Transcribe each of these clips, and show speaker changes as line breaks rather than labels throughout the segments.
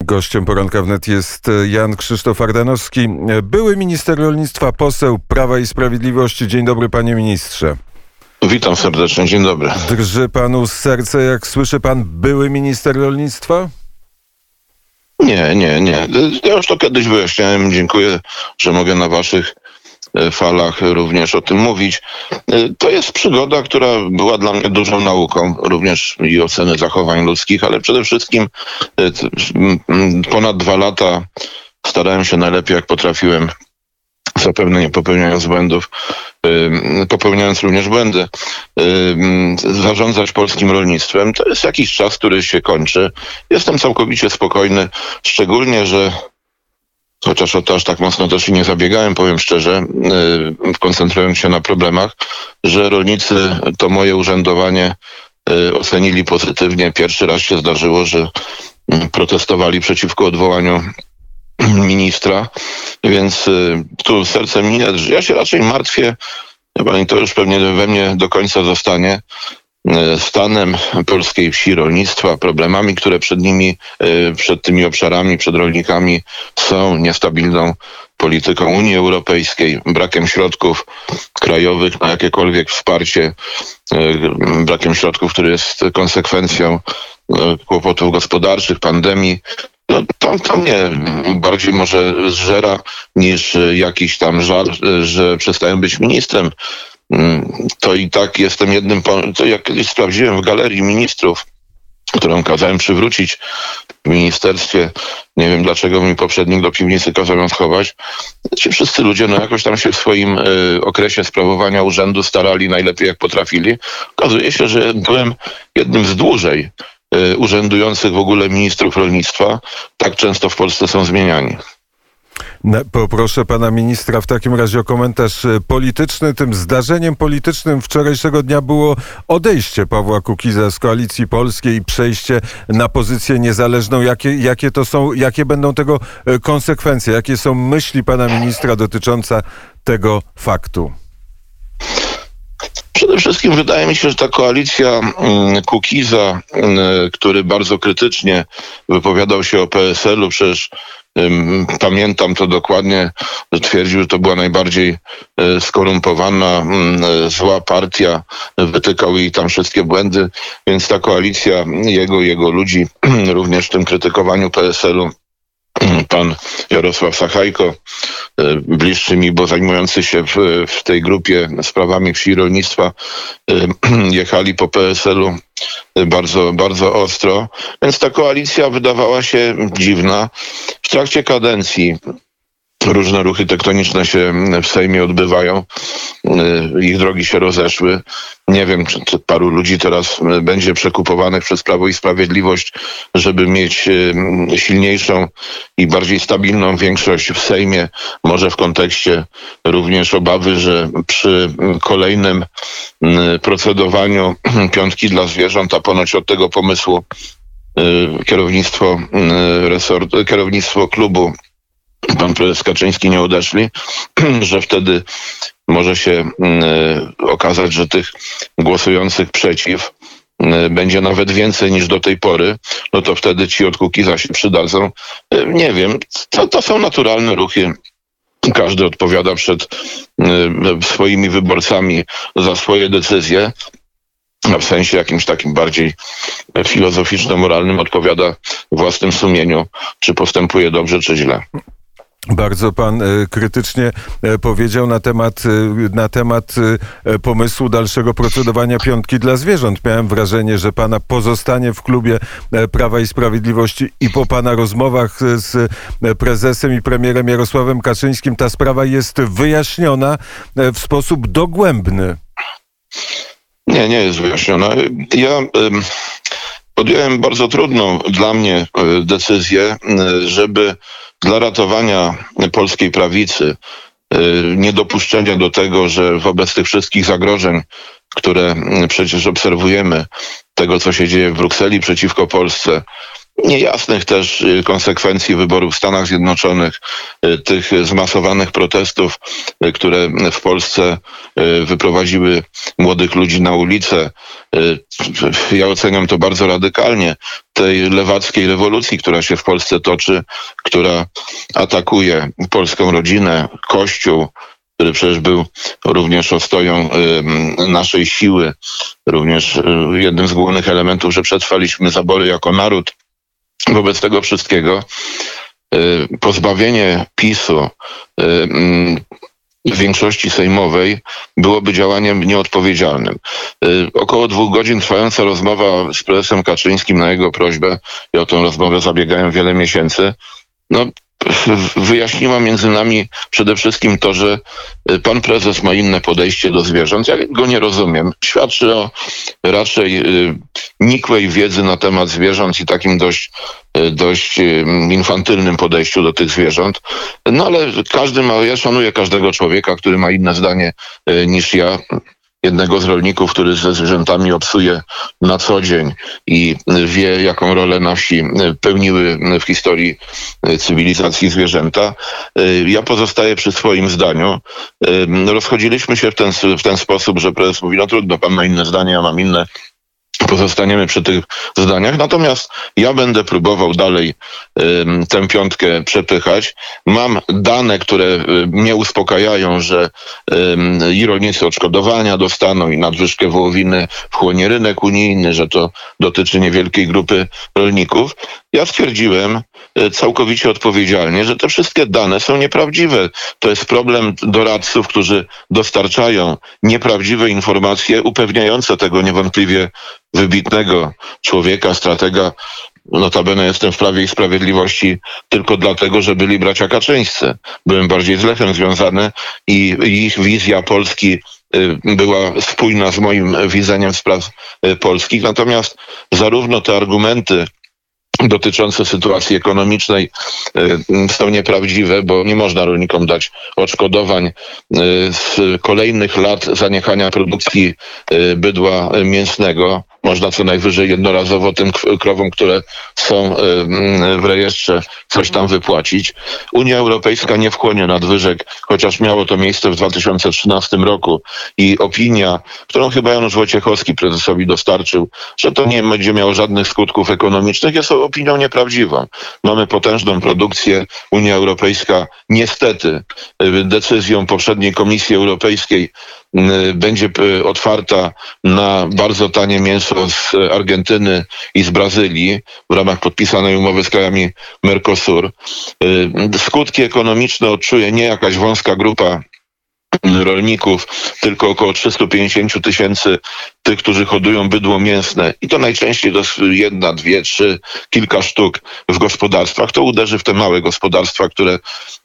Gościem Poranka Wnet jest Jan Krzysztof Ardanowski, były minister rolnictwa, poseł Prawa i Sprawiedliwości. Dzień dobry, panie ministrze.
Witam serdecznie, dzień dobry.
Drży panu serce, jak słyszy pan były minister rolnictwa?
Nie. Ja już to kiedyś wyjaśniałem. Dziękuję, że mogę na waszych falach również o tym mówić. To jest przygoda, która była dla mnie dużą nauką, również i oceny zachowań ludzkich, ale przede wszystkim ponad 2 lata starałem się najlepiej, jak potrafiłem, zapewne nie popełniając błędów, popełniając również błędy, zarządzać polskim rolnictwem. To jest jakiś czas, który się kończy. Jestem całkowicie spokojny, szczególnie, że chociaż o to aż tak mocno też i nie zabiegałem, powiem szczerze, koncentrując się na problemach, że rolnicy to moje urzędowanie ocenili pozytywnie. Pierwszy raz się zdarzyło, że protestowali przeciwko odwołaniu ministra, więc tu serce mi nie drży. Ja się raczej martwię, i to już pewnie we mnie do końca zostanie, stanem polskiej wsi, rolnictwa, problemami, które przed nimi, przed tymi obszarami, przed rolnikami są, niestabilną polityką Unii Europejskiej, brakiem środków krajowych na jakiekolwiek wsparcie, brakiem środków, który jest konsekwencją kłopotów gospodarczych, pandemii. No, to mnie bardziej może zżera niż jakiś tam żal, że przestałem być ministrem. To i tak jestem jednym, to jak kiedyś sprawdziłem w galerii ministrów, którą kazałem przywrócić w ministerstwie, nie wiem dlaczego mi poprzednik do piwnicy kazał ją schować, ci wszyscy ludzie jakoś tam się w swoim okresie sprawowania urzędu starali najlepiej jak potrafili. Okazuje się, że byłem jednym z dłużej urzędujących w ogóle ministrów rolnictwa. Tak często w Polsce są zmieniani.
Poproszę pana ministra w takim razie o komentarz polityczny. Tym zdarzeniem politycznym wczorajszego dnia było odejście Pawła Kukiza z Koalicji Polskiej i przejście na pozycję niezależną. Jakie będą tego konsekwencje? Jakie są myśli pana ministra dotyczące tego faktu?
Przede wszystkim wydaje mi się, że ta koalicja Kukiza, który bardzo krytycznie wypowiadał się o PSL-u, przecież pamiętam to dokładnie, twierdził, że to była najbardziej skorumpowana, zła partia, wytykał jej tam wszystkie błędy, więc ta koalicja, jego ludzi, również w tym krytykowaniu PSL-u, pan Jarosław Sachajko, bliższy mi, bo zajmujący się w tej grupie sprawami wsi i rolnictwa, jechali po PSL-u bardzo, bardzo ostro, więc ta koalicja wydawała się dziwna. W trakcie kadencji różne ruchy tektoniczne się w Sejmie odbywają. Ich drogi się rozeszły. Nie wiem, czy paru ludzi teraz będzie przekupowanych przez Prawo i Sprawiedliwość, żeby mieć silniejszą i bardziej stabilną większość w Sejmie. Może w kontekście również obawy, że przy kolejnym procedowaniu piątki dla zwierząt, a ponoć od tego pomysłu kierownictwo klubu pan prezes Kaczyński nie odeszli, że wtedy może się okazać, że tych głosujących przeciw będzie nawet więcej niż do tej pory, no to wtedy ci od Kukiza się przydadzą. Nie wiem, to są naturalne ruchy. Każdy odpowiada przed swoimi wyborcami za swoje decyzje, a w sensie jakimś takim bardziej filozoficzno-moralnym odpowiada własnym sumieniu, czy postępuje dobrze, czy źle.
Bardzo pan krytycznie powiedział na temat pomysłu dalszego procedowania piątki dla zwierząt. Miałem wrażenie, że pana pozostanie w klubie Prawa i Sprawiedliwości i po pana rozmowach z prezesem i premierem Jarosławem Kaczyńskim ta sprawa jest wyjaśniona w sposób dogłębny.
Nie jest wyjaśniona. Ja podjąłem bardzo trudną dla mnie decyzję, żeby dla ratowania polskiej prawicy, niedopuszczenia do tego, że wobec tych wszystkich zagrożeń, które przecież obserwujemy, tego co się dzieje w Brukseli przeciwko Polsce, niejasnych też konsekwencji wyborów w Stanach Zjednoczonych, tych zmasowanych protestów, które w Polsce wyprowadziły młodych ludzi na ulicę. Ja oceniam to bardzo radykalnie. tej lewackiej rewolucji, która się w Polsce toczy, która atakuje polską rodzinę, Kościół, który przecież był również ostoją naszej siły, również jednym z głównych elementów, że przetrwaliśmy zabory jako naród. Wobec tego wszystkiego pozbawienie PiS-u większości sejmowej byłoby działaniem nieodpowiedzialnym. Około 2 godzin trwająca rozmowa z prezesem Kaczyńskim na jego prośbę, i o tę rozmowę zabiegałem wiele miesięcy, wyjaśniła między nami przede wszystkim to, że pan prezes ma inne podejście do zwierząt. Ja go nie rozumiem. Świadczy o raczej nikłej wiedzy na temat zwierząt i takim dość infantylnym podejściu do tych zwierząt. Ale ja szanuję każdego człowieka, który ma inne zdanie niż ja. Jednego z rolników, który ze zwierzętami obcuje na co dzień i wie, jaką rolę na wsi pełniły w historii cywilizacji zwierzęta. Ja pozostaję przy swoim zdaniu. Rozchodziliśmy się w ten sposób, że prezes mówi, trudno, pan ma inne zdanie, ja mam inne. Pozostaniemy przy tych zdaniach. Natomiast ja będę próbował dalej tę piątkę przepychać. Mam dane, które mnie uspokajają, że i rolnicy odszkodowania dostaną, i nadwyżkę wołowiny wchłonie rynek unijny, że to dotyczy niewielkiej grupy rolników. Ja stwierdziłem całkowicie odpowiedzialnie, że te wszystkie dane są nieprawdziwe. To jest problem doradców, którzy dostarczają nieprawdziwe informacje upewniające tego niewątpliwie wybitnego człowieka, stratega. Notabene jestem w Prawie i Sprawiedliwości tylko dlatego, że byli bracia Kaczyńscy. Byłem bardziej z Lechem związany i ich wizja Polski była spójna z moim widzeniem spraw polskich. Natomiast zarówno te argumenty dotyczące sytuacji ekonomicznej są nieprawdziwe, bo nie można rolnikom dać odszkodowań z kolejnych lat zaniechania produkcji bydła mięsnego. Można co najwyżej jednorazowo tym krowom, które są w rejestrze, coś tam wypłacić. Unia Europejska nie wchłonie nadwyżek, chociaż miało to miejsce w 2013 roku i opinia, którą chyba Janusz Wojciechowski prezesowi dostarczył, że to nie będzie miało żadnych skutków ekonomicznych, jest opinią nieprawdziwą. Mamy potężną produkcję. Unia Europejska niestety decyzją poprzedniej Komisji Europejskiej będzie otwarta na bardzo tanie mięso z Argentyny i z Brazylii w ramach podpisanej umowy z krajami Mercosur. Skutki ekonomiczne odczuje nie jakaś wąska grupa rolników, tylko około 350 000 tych, którzy hodują bydło mięsne. I to najczęściej to jest 1, 2, 3, kilka sztuk w gospodarstwach. To uderzy w te małe gospodarstwa, które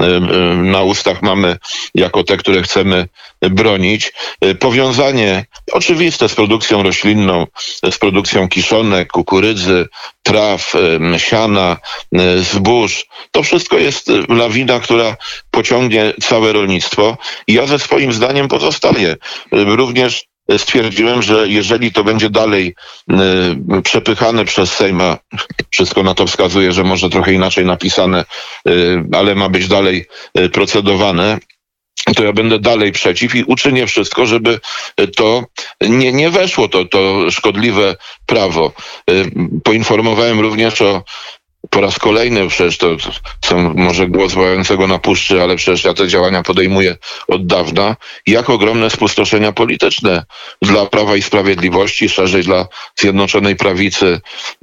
na ustach mamy jako te, które chcemy bronić. Powiązanie oczywiste z produkcją roślinną, z produkcją kiszonek, kukurydzy, traw, siana, zbóż. To wszystko jest lawina, która pociągnie całe rolnictwo. I ja ze swoim zdaniem pozostaję. Również stwierdziłem, że jeżeli to będzie dalej przepychane przez Sejm, a wszystko na to wskazuje, że może trochę inaczej napisane, ale ma być dalej procedowane, to ja będę dalej przeciw i uczynię wszystko, żeby to nie weszło, to szkodliwe prawo. Poinformowałem również po raz kolejny, przecież to są może głos wołającego na puszczy, ale przecież ja te działania podejmuję od dawna, jak ogromne spustoszenia polityczne dla Prawa i Sprawiedliwości, szerzej dla Zjednoczonej Prawicy,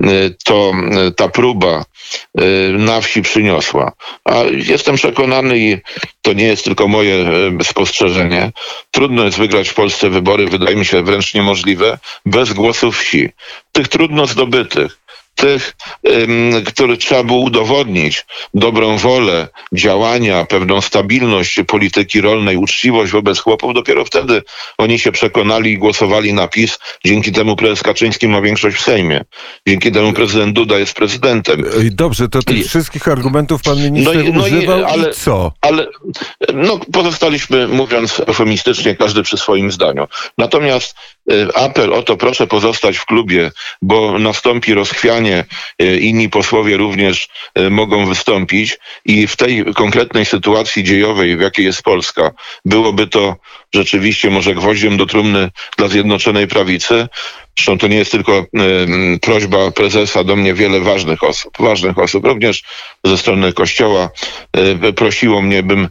to ta próba na wsi przyniosła. A jestem przekonany, i to nie jest tylko moje spostrzeżenie, trudno jest wygrać w Polsce wybory, wydaje mi się wręcz niemożliwe, bez głosów wsi. Tych trudno zdobytych. Tych, których trzeba było udowodnić dobrą wolę, działania, pewną stabilność polityki rolnej, uczciwość wobec chłopów, dopiero wtedy oni się przekonali i głosowali na PiS. Dzięki temu prezes Kaczyński ma większość w Sejmie. Dzięki temu prezydent Duda jest prezydentem.
Dobrze, to tych wszystkich argumentów pan minister używał i co?
Ale pozostaliśmy, mówiąc eufemistycznie, każdy przy swoim zdaniu. Natomiast apel o to, proszę pozostać w klubie, bo nastąpi rozchwianie, inni posłowie również mogą wystąpić i w tej konkretnej sytuacji dziejowej, w jakiej jest Polska, byłoby to rzeczywiście może gwoździem do trumny dla Zjednoczonej Prawicy. Zresztą to nie jest tylko prośba prezesa do mnie, wiele ważnych osób, również ze strony Kościoła prosiło mnie, bym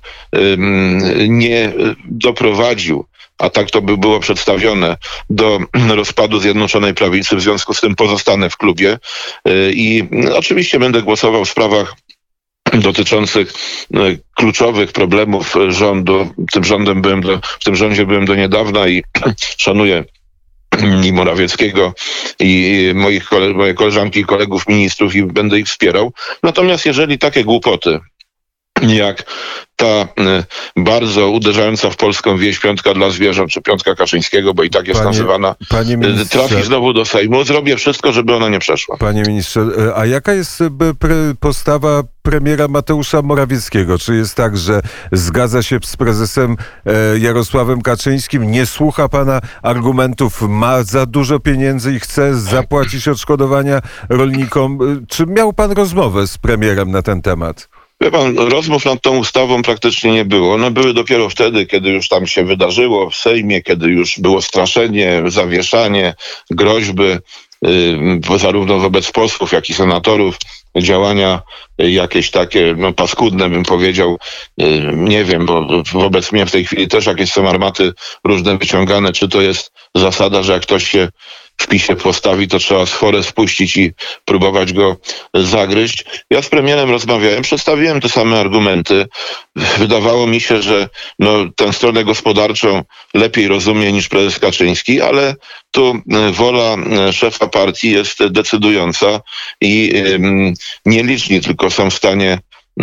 nie doprowadził, a tak to by było przedstawione, do rozpadu Zjednoczonej Prawicy. W związku z tym pozostanę w klubie i oczywiście będę głosował w sprawach dotyczących kluczowych problemów rządu. W tym rządzie byłem do niedawna i szanuję i Morawieckiego, i moje koleżanki i kolegów ministrów i będę ich wspierał. Natomiast jeżeli takie głupoty jak ta bardzo uderzająca w polską wieś piątka dla zwierząt, czy piątka Kaczyńskiego, bo i tak jest nazywana, trafi znowu do Sejmu, zrobię wszystko, żeby ona nie przeszła.
Panie ministrze, a jaka jest postawa premiera Mateusza Morawieckiego? Czy jest tak, że zgadza się z prezesem Jarosławem Kaczyńskim, nie słucha pana argumentów, ma za dużo pieniędzy i chce zapłacić odszkodowania rolnikom? Czy miał pan rozmowę z premierem na ten temat?
Wie pan, rozmów nad tą ustawą praktycznie nie było. One były dopiero wtedy, kiedy już tam się wydarzyło w Sejmie, kiedy już było straszenie, zawieszanie, groźby, zarówno wobec posłów, jak i senatorów, działania jakieś takie paskudne, bym powiedział, nie wiem, bo wobec mnie w tej chwili też jakieś są armaty różne wyciągane, czy to jest zasada, że jak ktoś się w PiS-ie postawi, to trzeba sforę spuścić i próbować go zagryźć. Ja z premierem rozmawiałem, przedstawiłem te same argumenty. Wydawało mi się, że tę stronę gospodarczą lepiej rozumie niż prezes Kaczyński, ale tu wola szefa partii jest decydująca i nieliczni tylko są w stanie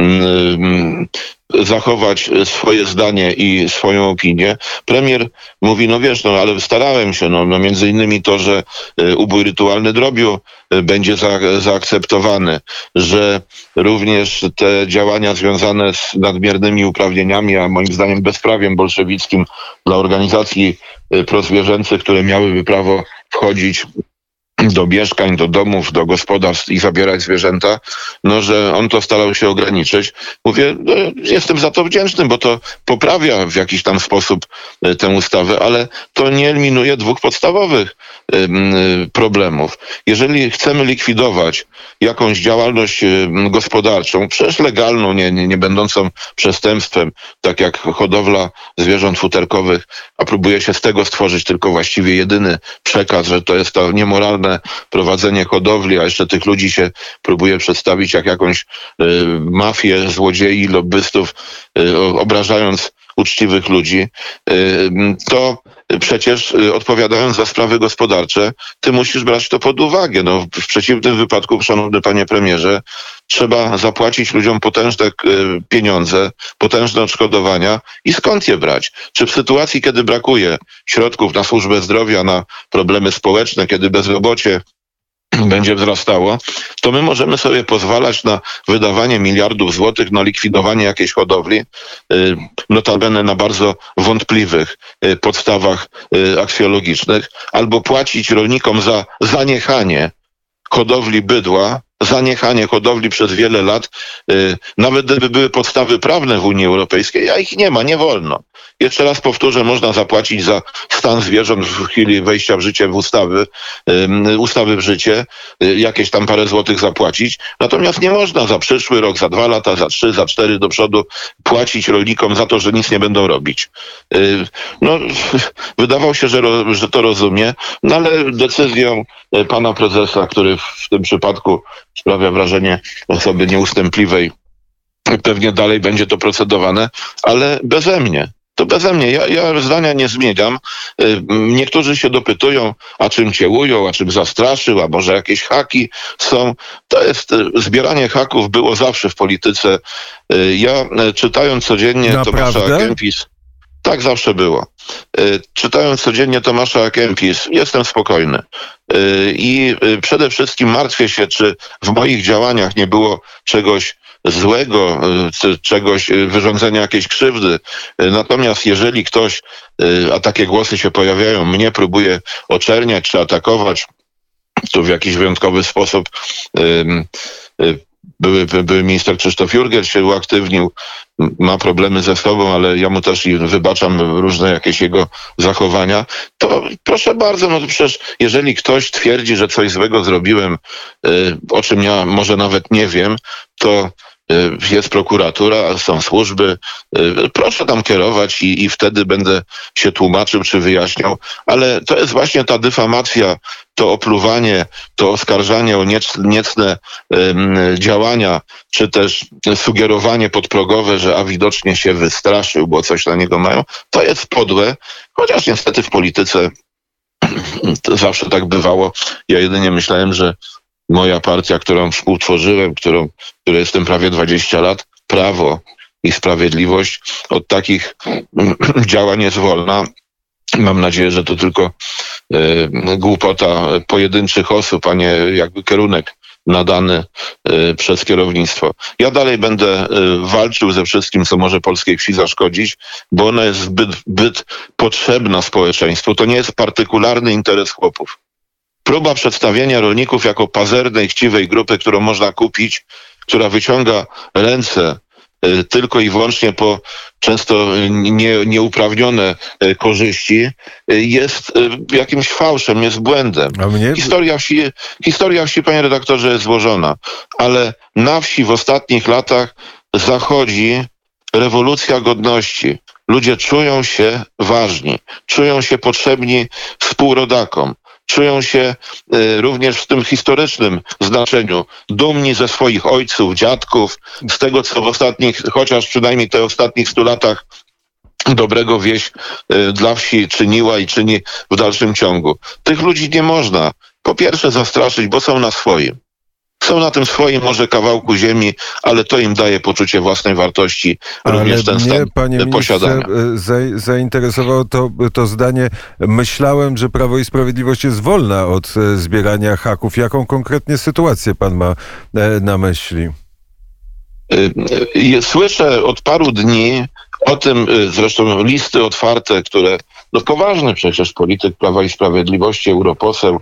zachować swoje zdanie i swoją opinię. Premier mówi, ale starałem się, między innymi to, że ubój rytualny drobiu będzie zaakceptowany, że również te działania związane z nadmiernymi uprawnieniami, a moim zdaniem bezprawiem bolszewickim dla organizacji prozwierzęcych, które miałyby prawo wchodzić do mieszkań, do domów, do gospodarstw i zabierać zwierzęta, że on to starał się ograniczyć. Mówię, jestem za to wdzięczny, bo to poprawia w jakiś tam sposób tę ustawę, ale to nie eliminuje dwóch podstawowych problemów. Jeżeli chcemy likwidować jakąś działalność gospodarczą, przecież legalną, nie będącą przestępstwem, tak jak hodowla zwierząt futerkowych, a próbuje się z tego stworzyć tylko właściwie jedyny przekaz, że to jest to niemoralne prowadzenie hodowli, a jeszcze tych ludzi się próbuje przedstawić jak jakąś mafię złodziei, lobbystów, obrażając uczciwych ludzi, to przecież odpowiadając za sprawy gospodarcze, ty musisz brać to pod uwagę. W przeciwnym wypadku, szanowny panie premierze, trzeba zapłacić ludziom potężne pieniądze, potężne odszkodowania i skąd je brać? Czy w sytuacji, kiedy brakuje środków na służbę zdrowia, na problemy społeczne, kiedy bezrobocie będzie wzrastało, to my możemy sobie pozwalać na wydawanie miliardów złotych na likwidowanie jakiejś hodowli, notabene na bardzo wątpliwych podstawach aksjologicznych, albo płacić rolnikom za zaniechanie hodowli bydła, zaniechanie hodowli przez wiele lat, nawet gdyby były podstawy prawne w Unii Europejskiej, a ich nie ma, nie wolno. Jeszcze raz powtórzę, można zapłacić za stan zwierząt w chwili wejścia w życie ustawy w życie, jakieś tam parę złotych zapłacić, natomiast nie można za przyszły rok, za 2 lata, za 3, za 4 do przodu płacić rolnikom za to, że nic nie będą robić. Wydawało się, że to rozumie, ale decyzją pana prezesa, który w tym przypadku sprawia wrażenie osoby nieustępliwej, pewnie dalej będzie to procedowane, ale beze mnie. To beze mnie. Ja zdania nie zmieniam. Niektórzy się dopytują, a czym cię ujął, a czym zastraszył, a może jakieś haki są. To jest zbieranie haków było zawsze w polityce. Ja czytając codziennie Tomasza Kempis, tak zawsze było. Czytając codziennie Tomasza Kempis, jestem spokojny. I przede wszystkim martwię się, czy w moich działaniach nie było czegoś złego, czegoś, wyrządzenia jakiejś krzywdy. Natomiast jeżeli ktoś, a takie głosy się pojawiają, mnie próbuje oczerniać czy atakować, tu w jakiś wyjątkowy sposób były minister Krzysztof Jurgiel się uaktywnił, ma problemy ze sobą, ale ja mu też i wybaczam różne jakieś jego zachowania, to proszę bardzo, no to przecież jeżeli ktoś twierdzi, że coś złego zrobiłem, o czym ja może nawet nie wiem, to jest prokuratura, są służby, proszę tam kierować i wtedy będę się tłumaczył czy wyjaśniał, ale to jest właśnie ta dyfamacja, to opluwanie, to oskarżanie o niecne działania, czy też sugerowanie podprogowe, że widocznie się wystraszył, bo coś na niego mają, to jest podłe, chociaż niestety w polityce to zawsze tak bywało. Ja jedynie myślałem, że moja partia, którą współtworzyłem, której jestem prawie 20 lat, Prawo i Sprawiedliwość, od takich działań jest wolna. Mam nadzieję, że to tylko głupota pojedynczych osób, a nie jakby kierunek nadany przez kierownictwo. Ja dalej będę walczył ze wszystkim, co może polskiej wsi zaszkodzić, bo ona jest zbyt potrzebna społeczeństwu. To nie jest partykularny interes chłopów. Próba przedstawienia rolników jako pazernej, chciwej grupy, którą można kupić, która wyciąga ręce tylko i wyłącznie po często nieuprawnione korzyści, jest jakimś fałszem, jest błędem. Historia wsi, panie redaktorze, jest złożona, ale na wsi w ostatnich latach zachodzi rewolucja godności. Ludzie czują się ważni, czują się potrzebni współrodakom. Czują się również w tym historycznym znaczeniu dumni ze swoich ojców, dziadków, z tego, co w ostatnich, chociaż przynajmniej te ostatnich 100 latach dobrego wieś dla wsi czyniła i czyni w dalszym ciągu. Tych ludzi nie można, po pierwsze, zastraszyć, bo są na swoim. Są na tym swoim może kawałku ziemi, ale to im daje poczucie własnej wartości, również ten stan posiadania.
Zainteresowało to zdanie. Myślałem, że Prawo i Sprawiedliwość jest wolna od zbierania haków. Jaką konkretnie sytuację pan ma na myśli?
Słyszę od paru dni o tym, zresztą listy otwarte, które, no poważny przecież polityk Prawa i Sprawiedliwości, europoseł,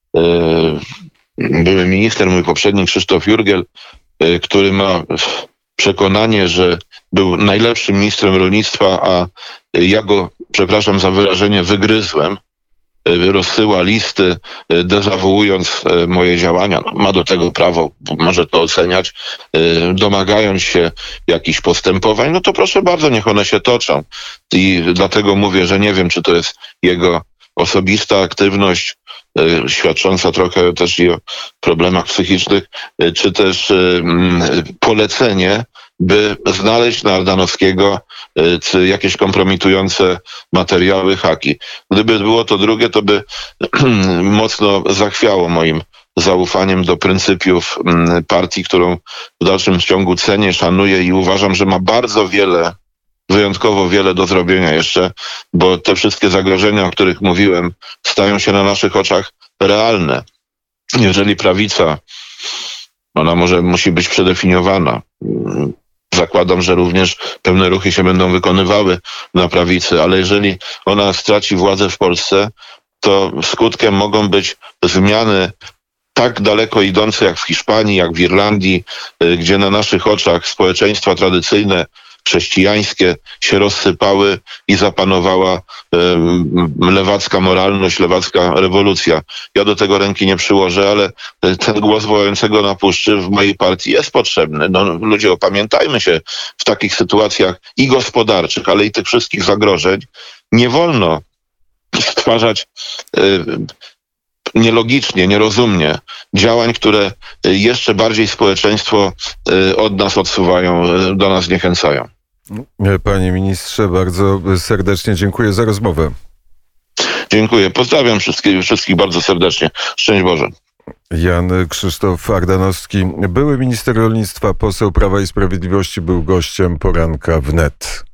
były minister, mój poprzednik Krzysztof Jurgiel, który ma przekonanie, że był najlepszym ministrem rolnictwa, a ja go, przepraszam za wyrażenie, wygryzłem. Rozsyła listy, dezawuując moje działania. No, ma do tego prawo, może to oceniać, domagając się jakichś postępowań. No to proszę bardzo, niech one się toczą. I dlatego mówię, że nie wiem, czy to jest jego osobista aktywność, świadcząca trochę też i o problemach psychicznych, czy też polecenie, by znaleźć na Ardanowskiego jakieś kompromitujące materiały, haki. Gdyby było to drugie, to by mocno zachwiało moim zaufaniem do pryncypiów partii, którą w dalszym ciągu cenię, szanuję i uważam, że ma bardzo wiele, wyjątkowo wiele do zrobienia jeszcze, bo te wszystkie zagrożenia, o których mówiłem, stają się na naszych oczach realne. Jeżeli prawica, ona może musi być przedefiniowana. Zakładam, że również pewne ruchy się będą wykonywały na prawicy, ale jeżeli ona straci władzę w Polsce, to skutkiem mogą być zmiany tak daleko idące jak w Hiszpanii, jak w Irlandii, gdzie na naszych oczach społeczeństwa tradycyjne, chrześcijańskie się rozsypały i zapanowała lewacka moralność, lewacka rewolucja. Ja do tego ręki nie przyłożę, ale ten głos wołającego na puszczy w mojej partii jest potrzebny. No, ludzie, opamiętajmy się w takich sytuacjach i gospodarczych, ale i tych wszystkich zagrożeń. Nie wolno stwarzać nielogicznie, nierozumnie działań, które jeszcze bardziej społeczeństwo od nas odsuwają, do nas zniechęcają.
Panie ministrze, bardzo serdecznie dziękuję za rozmowę.
Dziękuję. Pozdrawiam wszystkich bardzo serdecznie. Szczęść Boże.
Jan Krzysztof Ardanowski, były minister rolnictwa, poseł Prawa i Sprawiedliwości, był gościem poranka wnet.